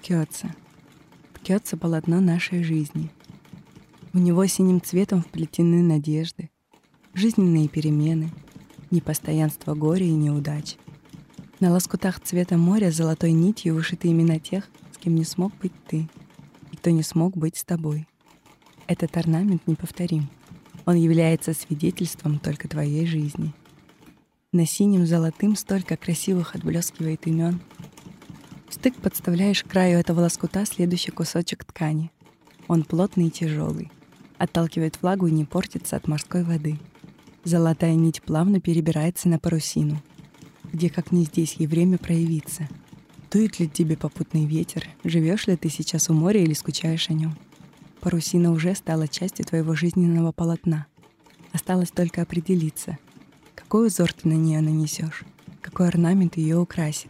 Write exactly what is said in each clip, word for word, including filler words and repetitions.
ткется. Ткется полотно нашей жизни. В него синим цветом вплетены надежды, жизненные перемены, непостоянство горя и неудач. На лоскутах цвета моря золотой нитью вышиты имена тех, с кем не смог быть ты, и кто не смог быть с тобой. Этот орнамент неповторим. Он является свидетельством только твоей жизни. На синем золотым столько красивых отблескивает имен. В стык подставляешь к краю этого лоскута следующий кусочек ткани. Он плотный и тяжелый, отталкивает влагу и не портится от морской воды. Золотая нить плавно перебирается на парусину, где, как ни здесь, ей время проявиться. Дует ли тебе попутный ветер, живешь ли ты сейчас у моря или скучаешь о нем? Парусина уже стала частью твоего жизненного полотна. Осталось только определиться, какой узор ты на нее нанесешь, какой орнамент ее украсит.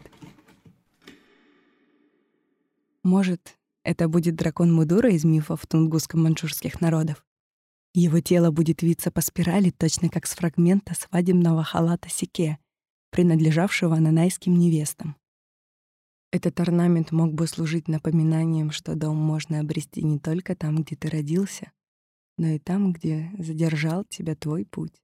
Может, это будет дракон Мудура из мифов тунгусско-маньчжурских народов? Его тело будет виться по спирали, точно как с фрагмента свадебного халата сике, принадлежавшего нанайским невестам. Этот орнамент мог бы служить напоминанием, что дом можно обрести не только там, где ты родился, но и там, где задержал тебя твой путь.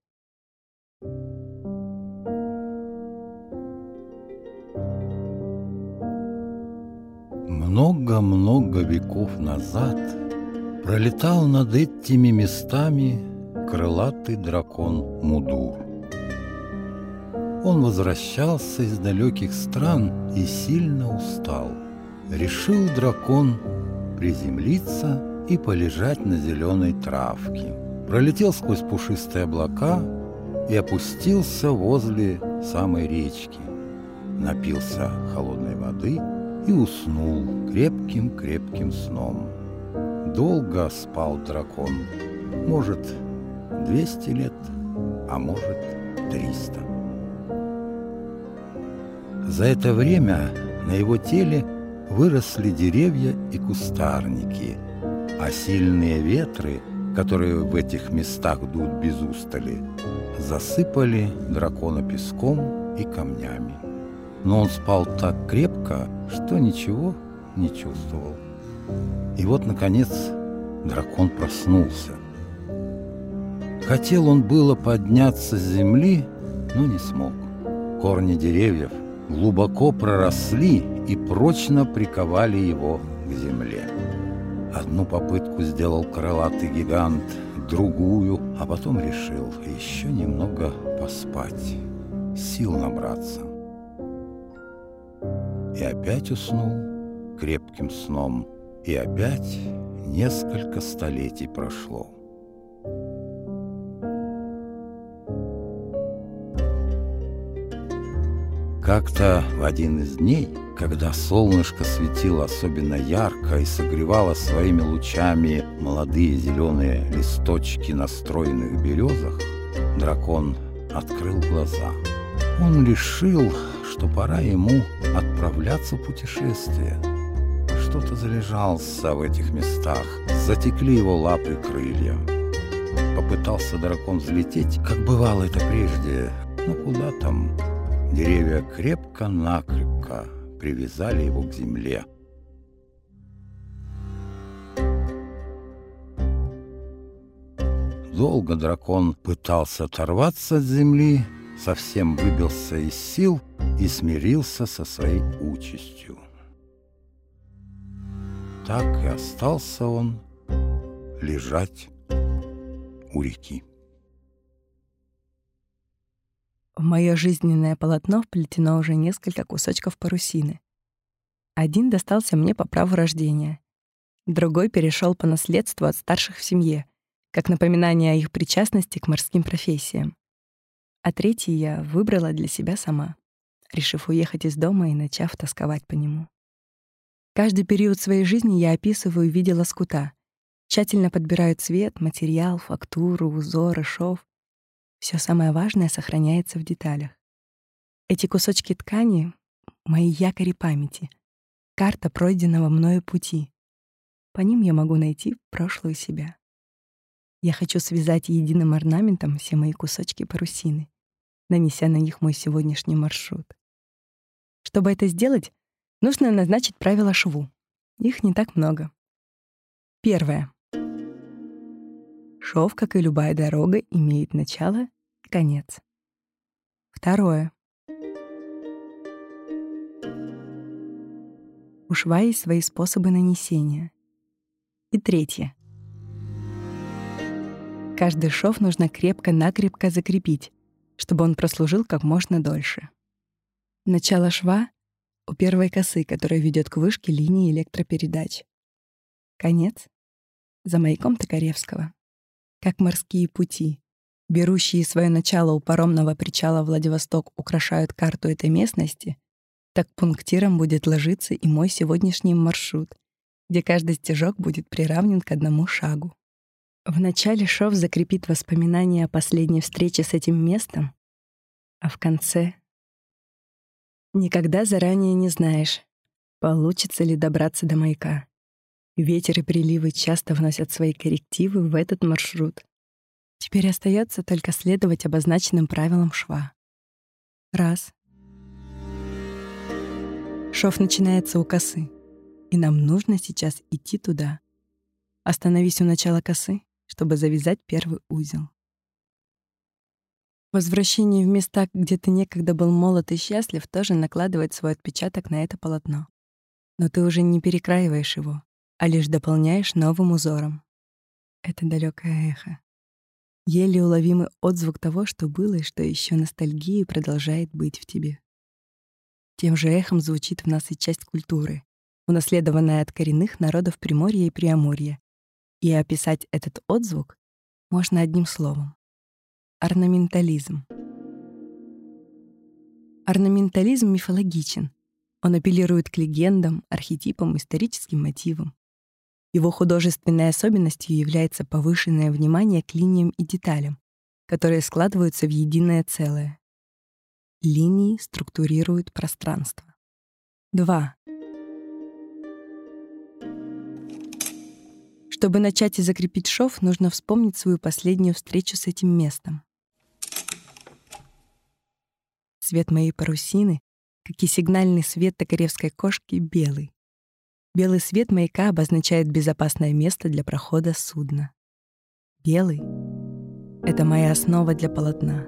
Много-много веков назад пролетал над этими местами крылатый дракон Мудур. Он возвращался из далеких стран и сильно устал. Решил дракон приземлиться и полежать на зеленой травке. Пролетел сквозь пушистые облака и опустился возле самой речки. Напился холодной воды и уснул крепким-крепким сном. Долго спал дракон, может, двести лет, а может, триста. За это время на его теле выросли деревья и кустарники, а сильные ветры, которые в этих местах дуют без устали, засыпали дракона песком и камнями. Но он спал так крепко, что ничего не чувствовал. И вот, наконец, дракон проснулся. Хотел он было подняться с земли, но не смог. Корни деревьев глубоко проросли и прочно приковали его к земле. Одну попытку сделал крылатый гигант, другую, а потом решил еще немного поспать, сил набраться. И опять уснул крепким сном, и опять несколько столетий прошло. Как-то в один из дней, когда солнышко светило особенно ярко и согревало своими лучами молодые зеленые листочки на стройных березах, дракон открыл глаза. Он решил, что пора ему отправляться в путешествие. Что-то залежался в этих местах, затекли его лапы и крылья. Попытался дракон взлететь, как бывало это прежде, но куда там? Деревья крепко-накрепко привязали его к земле. Долго дракон пытался оторваться от земли, совсем выбился из сил и смирился со своей участью. Так и остался он лежать у реки. В мое жизненное полотно вплетено уже несколько кусочков парусины. Один достался мне по праву рождения, другой перешел по наследству от старших в семье, как напоминание о их причастности к морским профессиям. А третий я выбрала для себя сама, решив уехать из дома и начав тосковать по нему. Каждый период своей жизни я описываю в виде лоскута, тщательно подбираю цвет, материал, фактуру, узоры, шов. Все самое важное сохраняется в деталях. Эти кусочки ткани — мои якори памяти, карта пройденного мною пути. По ним я могу найти прошлую себя. Я хочу связать единым орнаментом все мои кусочки парусины, нанеся на них мой сегодняшний маршрут. Чтобы это сделать, нужно назначить правила шву. Их не так много. Первое. Шов, как и любая дорога, имеет начало и конец. Второе. У шва есть свои способы нанесения. И третье. Каждый шов нужно крепко-накрепко закрепить, чтобы он прослужил как можно дольше. Начало шва у первой косы, которая ведет к вышке линии электропередач. Конец — за маяком Токаревского. Как морские пути, берущие свое начало у паромного причала Владивосток, украшают карту этой местности, так пунктиром будет ложиться и мой сегодняшний маршрут, где каждый стежок будет приравнен к одному шагу. В начале шов закрепит воспоминания о последней встрече с этим местом, а в конце никогда заранее не знаешь, получится ли добраться до маяка. Ветер и приливы часто вносят свои коррективы в этот маршрут. Теперь остается только следовать обозначенным правилам шва. Раз. Шов начинается у косы, и нам нужно сейчас идти туда. Остановись у начала косы, чтобы завязать первый узел. Возвращение в места, где ты некогда был молод и счастлив, тоже накладывает свой отпечаток на это полотно. Но ты уже не перекраиваешь его, а лишь дополняешь новым узором. Это далекое эхо. Еле уловимый отзвук того, что было и что еще ностальгией продолжает быть в тебе. Тем же эхом звучит в нас и часть культуры, унаследованная от коренных народов Приморья и Преамурья. И описать этот отзвук можно одним словом — орнаментализм. Орнаментализм мифологичен. Он апеллирует к легендам, архетипам, историческим мотивам. Его художественной особенностью является повышенное внимание к линиям и деталям, которые складываются в единое целое. Линии структурируют пространство. Два. Чтобы начать и закрепить шов, нужно вспомнить свою последнюю встречу с этим местом. Цвет моей парусины, как и сигнальный свет токаревской кошки, белый. Белый свет маяка обозначает безопасное место для прохода судна. Белый — это моя основа для полотна.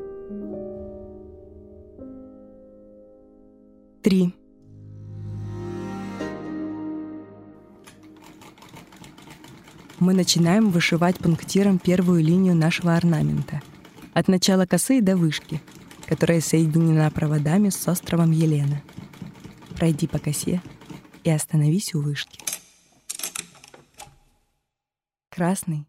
Три. Мы начинаем вышивать пунктиром первую линию нашего орнамента, от начала косы до вышки, которая соединена проводами с островом Елена. Пройди по косе и остановись у вышки. Красный.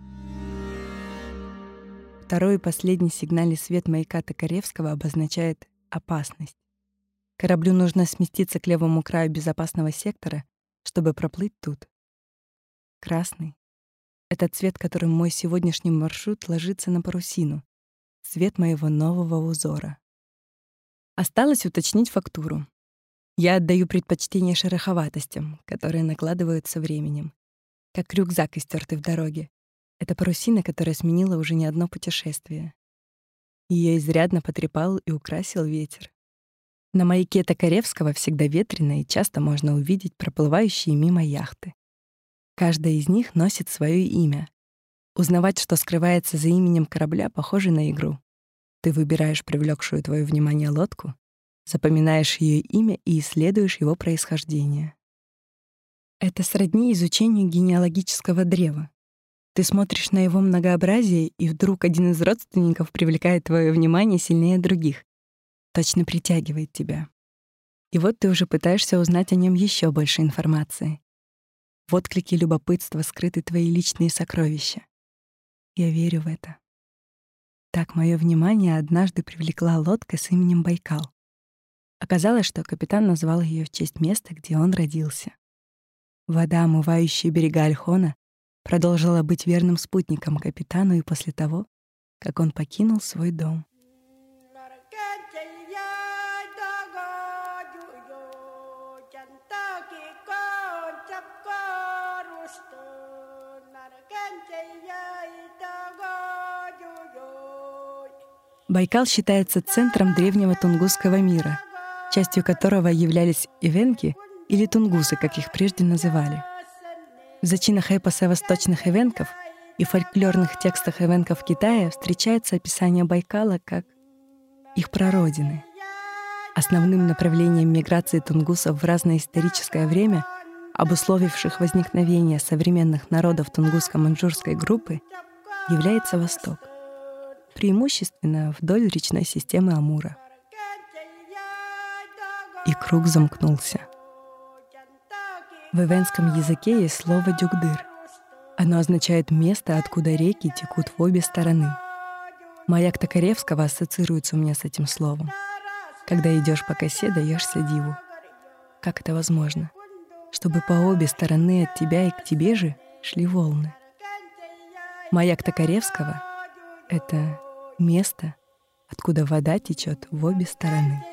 Второй и последний сигнальный свет маяка Токаревского обозначает опасность. Кораблю нужно сместиться к левому краю безопасного сектора, чтобы проплыть тут. Красный — это цвет, которым мой сегодняшний маршрут ложится на парусину, цвет моего нового узора. Осталось уточнить фактуру. Я отдаю предпочтение шероховатостям, которые накладывают со временем. Как рюкзак, истертый в дороге. Это парусина, которая сменила уже не одно путешествие. Ее изрядно потрепал и украсил ветер. На маяке Токаревского всегда ветрено, и часто можно увидеть проплывающие мимо яхты. Каждая из них носит свое имя. Узнавать, что скрывается за именем корабля, похоже на игру. Ты выбираешь привлекшую твое внимание лодку, запоминаешь ее имя и исследуешь его происхождение. Это сродни изучению генеалогического древа. Ты смотришь на его многообразие, и вдруг один из родственников привлекает твое внимание сильнее других, точно притягивает тебя. И вот ты уже пытаешься узнать о нем еще больше информации. В отклике любопытства скрыты твои личные сокровища. Я верю в это. Так мое внимание однажды привлекла лодка с именем Байкал. Оказалось, что капитан назвал ее в честь места, где он родился. Вода, омывающая берега Ольхона, продолжила быть верным спутником капитану и после того, как он покинул свой дом. Байкал считается центром древнего тунгусского мира, частью которого являлись эвенки или тунгусы, как их прежде называли. В зачинах эпоса восточных эвенков и фольклорных текстах эвенков Китая встречается описание Байкала как их прародины. Основным направлением миграции тунгусов в разное историческое время, обусловивших возникновение современных народов тунгусско-маньчжурской группы, является Восток, преимущественно вдоль речной системы Амура. И круг замкнулся. В эвенском языке есть слово «дюгдыр». Оно означает место, откуда реки текут в обе стороны. Маяк Токаревского ассоциируется у меня с этим словом. Когда идешь по косе, даешься диву. Как это возможно? Чтобы по обе стороны от тебя и к тебе же шли волны. Маяк Токаревского — это место, откуда вода течет в обе стороны.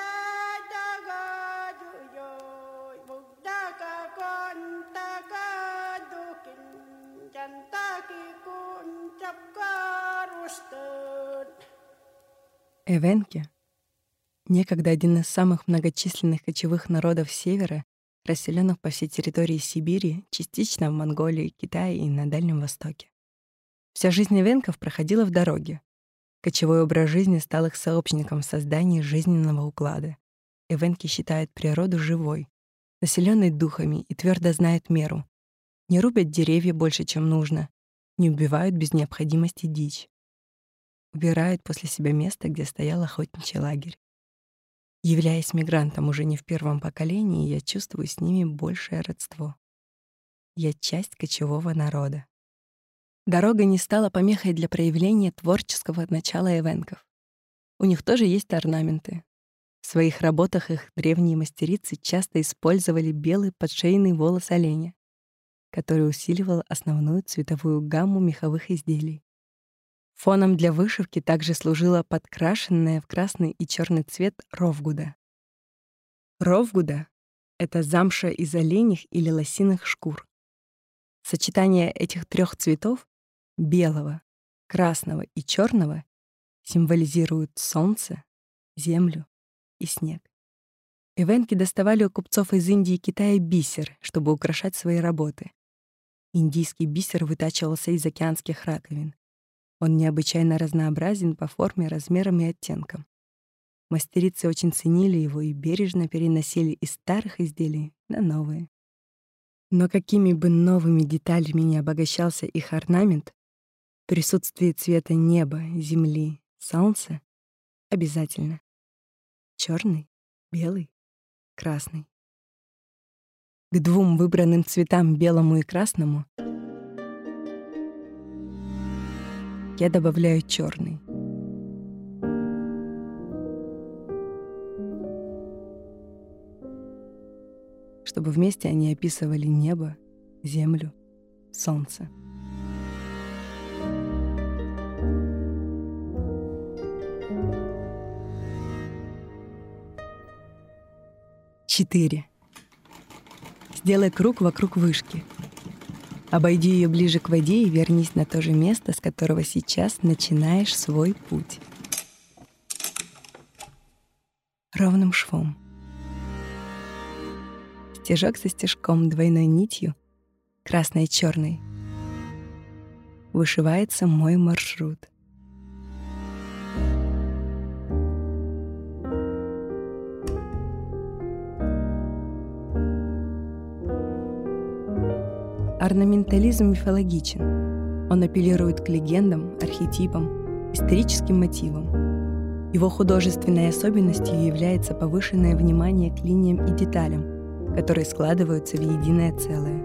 Эвенки — некогда один из самых многочисленных кочевых народов Севера, расселенных по всей территории Сибири, частично в Монголии, Китае и на Дальнем Востоке. Вся жизнь эвенков проходила в дороге. Кочевой образ жизни стал их сообщником в создании жизненного уклада. Эвенки считают природу живой, населенной духами и твердо знают меру. Не рубят деревья больше, чем нужно, не убивают без необходимости дичь. Убирают после себя место, где стоял охотничий лагерь. Являясь мигрантом уже не в первом поколении, я чувствую с ними большее родство. Я часть кочевого народа. Дорога не стала помехой для проявления творческого начала эвенков. У них тоже есть орнаменты. В своих работах их древние мастерицы часто использовали белый подшейный волос оленя, который усиливал основную цветовую гамму меховых изделий. Фоном для вышивки также служила подкрашенная в красный и черный цвет ровгуда. Ровгуда — это замша из оленьих или лосиных шкур. Сочетание этих трех цветов — белого, красного и черного — символизирует солнце, землю и снег. Эвенки доставали у купцов из Индии и Китая бисер, чтобы украшать свои работы. Индийский бисер вытачивался из океанских раковин. Он необычайно разнообразен по форме, размерам и оттенкам. Мастерицы очень ценили его и бережно переносили из старых изделий на новые. Но какими бы новыми деталями ни обогащался их орнамент, присутствие цвета неба, земли, солнца обязательно. Черный, белый, красный. К двум выбранным цветам, белому и красному, я добавляю черный. Чтобы вместе они описывали небо, землю, солнце. Четыре. Сделай круг вокруг вышки. Обойди ее ближе к воде и вернись на то же место, с которого сейчас начинаешь свой путь. Ровным швом. Стежок за стежком двойной нитью, красной и черной, вышивается мой маршрут. Орнаментализм мифологичен. Он апеллирует к легендам, архетипам, историческим мотивам. Его художественной особенностью является повышенное внимание к линиям и деталям, которые складываются в единое целое.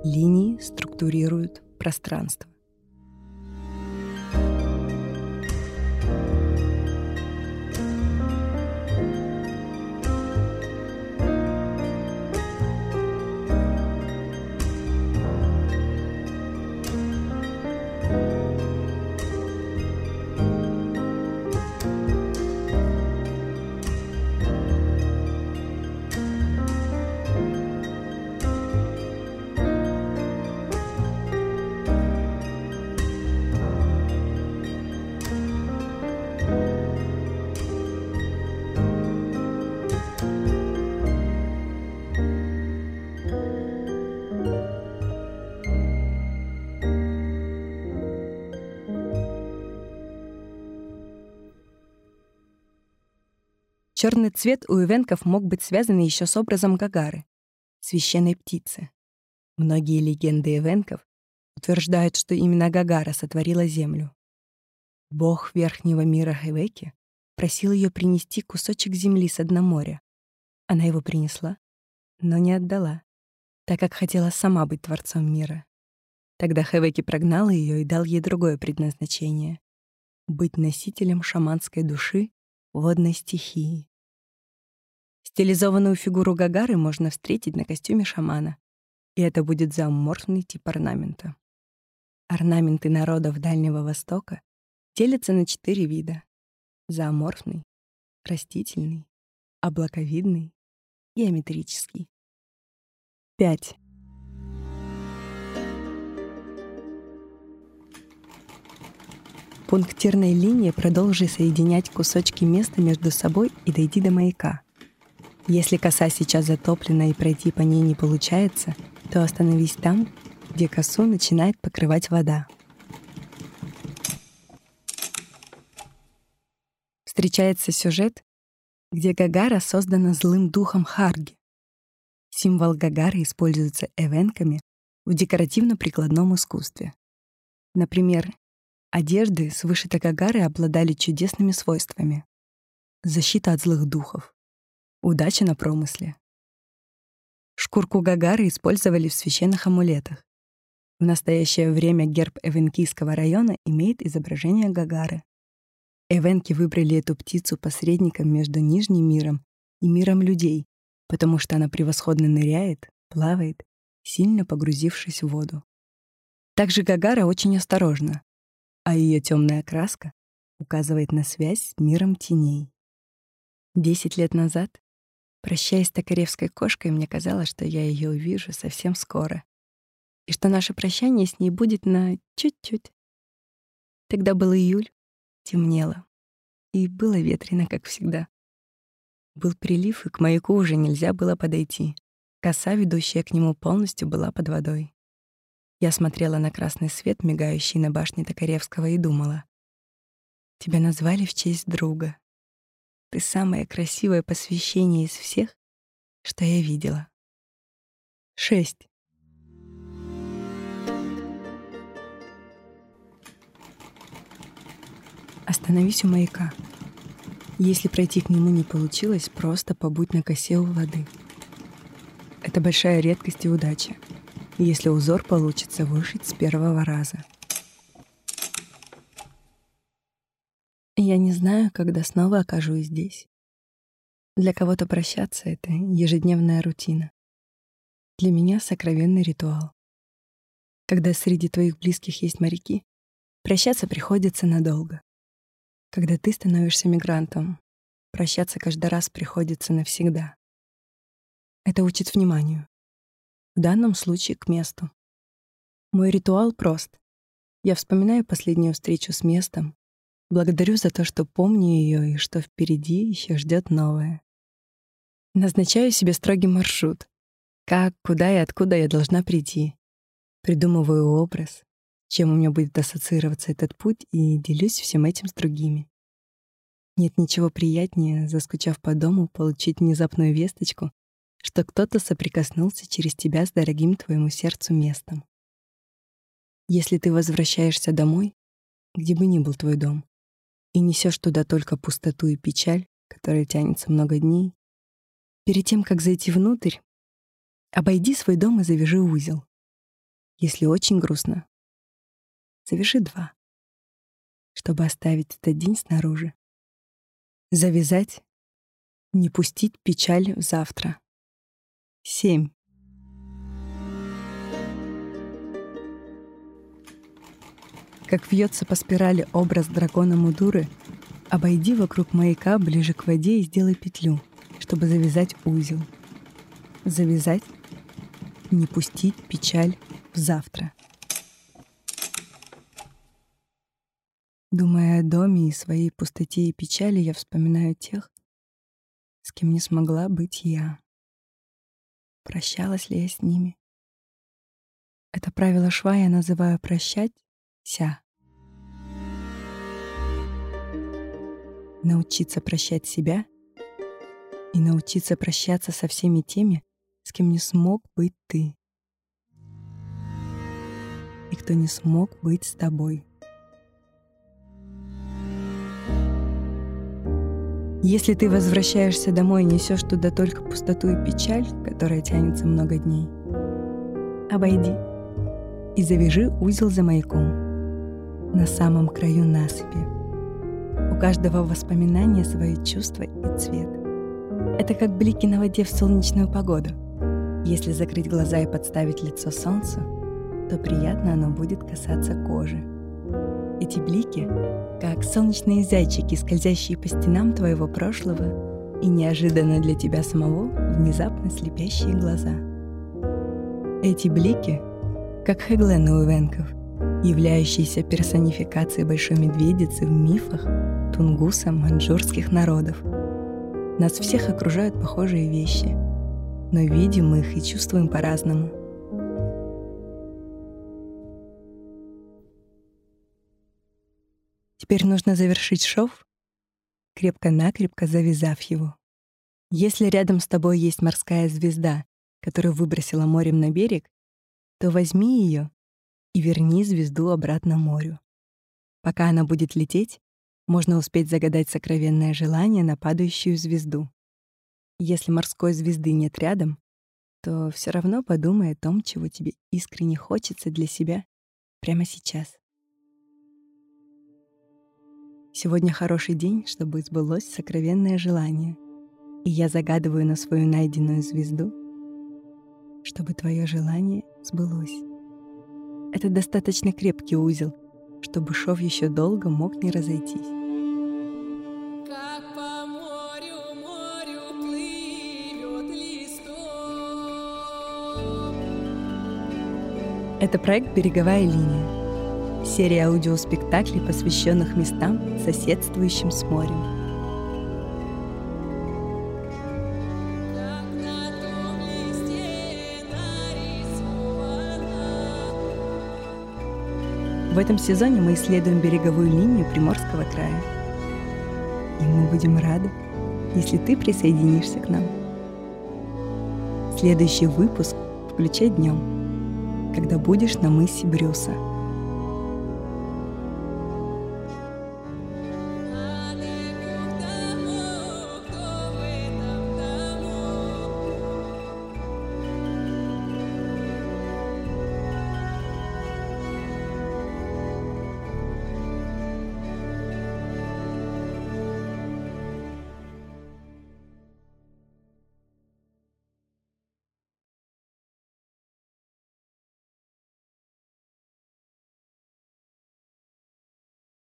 Линии структурируют пространство. Черный цвет у эвенков мог быть связан еще с образом Гагары, священной птицы. Многие легенды эвенков утверждают, что именно Гагара сотворила землю. Бог верхнего мира Хевеки просил ее принести кусочек земли с дна моря. Она его принесла, но не отдала, так как хотела сама быть творцом мира. Тогда Хевеки прогнал ее и дал ей другое предназначение — быть носителем шаманской души водной стихии. Стилизованную фигуру Гагары можно встретить на костюме шамана, и это будет зооморфный тип орнамента. Орнаменты народов Дальнего Востока делятся на четыре вида: зооморфный, растительный, облаковидный, геометрический. Пять. Пунктирной линией продолжи соединять кусочки места между собой и дойди до маяка. Если коса сейчас затоплена и пройти по ней не получается, то остановись там, где косу начинает покрывать вода. Встречается сюжет, где Гагара создана злым духом Харги. Символ Гагары используется эвенками в декоративно-прикладном искусстве. Например, одежды с вышитой Гагары обладали чудесными свойствами: защита от злых духов, удача на промысле. Шкурку Гагары использовали в священных амулетах. В настоящее время герб Эвенкийского района имеет изображение Гагары. Эвенки выбрали эту птицу посредником между Нижним миром и миром людей, потому что она превосходно ныряет, плавает, сильно погрузившись в воду. Также Гагара очень осторожна, а ее темная краска указывает на связь с миром теней. Десять лет назад, прощаясь с токаревской кошкой, мне казалось, что я ее увижу совсем скоро, и что наше прощание с ней будет на чуть-чуть. Тогда был июль, темнело, и было ветрено, как всегда. Был прилив, и к маяку уже нельзя было подойти. Коса, ведущая к нему, полностью была под водой. Я смотрела на красный свет, мигающий на башне Токаревского, и думала: тебя назвали в честь друга. Ты самое красивое посвящение из всех, что я видела. Шесть. Остановись у маяка. Если пройти к нему не получилось, просто побудь на косе у воды. Это большая редкость и удача, если узор получится вышить с первого раза. Я не знаю, когда снова окажусь здесь. Для кого-то прощаться — это ежедневная рутина. Для меня — сокровенный ритуал. Когда среди твоих близких есть моряки, прощаться приходится надолго. Когда ты становишься мигрантом, прощаться каждый раз приходится навсегда. Это учит вниманию. В данном случае к месту. Мой ритуал прост. Я вспоминаю последнюю встречу с местом, благодарю за то, что помню ее и что впереди еще ждет новое. Назначаю себе строгий маршрут. Как, куда и откуда я должна прийти. Придумываю образ, чем у меня будет ассоциироваться этот путь, и делюсь всем этим с другими. Нет ничего приятнее, заскучав по дому, получить внезапную весточку, что кто-то соприкоснулся через тебя с дорогим твоему сердцу местом. Если ты возвращаешься домой, где бы ни был твой дом, и несешь туда только пустоту и печаль, которая тянется много дней, перед тем, как зайти внутрь, обойди свой дом и завяжи узел. Если очень грустно, завяжи два, чтобы оставить этот день снаружи. Завязать, не пустить печаль в завтра. Семь. Как вьется по спирали образ дракона Мудуры, обойди вокруг маяка ближе к воде и сделай петлю, чтобы завязать узел. Завязать, не пустить печаль в завтра. Думая о доме и своей пустоте и печали, я вспоминаю тех, с кем не смогла быть я. Прощалась ли я с ними? Это правило шва я называю «прощать-ся». Научиться прощать себя и научиться прощаться со всеми теми, с кем не смог быть ты и кто не смог быть с тобой. Если ты возвращаешься домой и несешь туда только пустоту и печаль, которая тянется много дней, обойди и завяжи узел за маяком на самом краю насыпи. У каждого воспоминания свои чувства и цвет. Это как блики на воде в солнечную погоду. Если закрыть глаза и подставить лицо солнцу, то приятно оно будет касаться кожи. Эти блики — как солнечные зайчики, скользящие по стенам твоего прошлого и неожиданно для тебя самого внезапно слепящие глаза. Эти блики — как Хеглен у Эвенков, являющиеся персонификацией большой медведицы в мифах тунгуса маньчжурских народов. Нас всех окружают похожие вещи, но видим мы их и чувствуем по-разному. Теперь нужно завершить шов, крепко-накрепко завязав его. Если рядом с тобой есть морская звезда, которую выбросила морем на берег, то возьми ее и верни звезду обратно морю. Пока она будет лететь, можно успеть загадать сокровенное желание на падающую звезду. Если морской звезды нет рядом, то все равно подумай о том, чего тебе искренне хочется для себя прямо сейчас. Сегодня хороший день, чтобы сбылось сокровенное желание, и я загадываю на свою найденную звезду, чтобы твое желание сбылось. Это достаточно крепкий узел, чтобы шов еще долго мог не разойтись. Как по морю, морю плывет листок. Это проект «Береговая линия». Серия аудиоспектаклей, посвященных местам, соседствующим с морем. Как на том листе нарисовано. В этом сезоне мы исследуем береговую линию Приморского края. И мы будем рады, если ты присоединишься к нам. Следующий выпуск включай днем, когда будешь на мысе Брюса.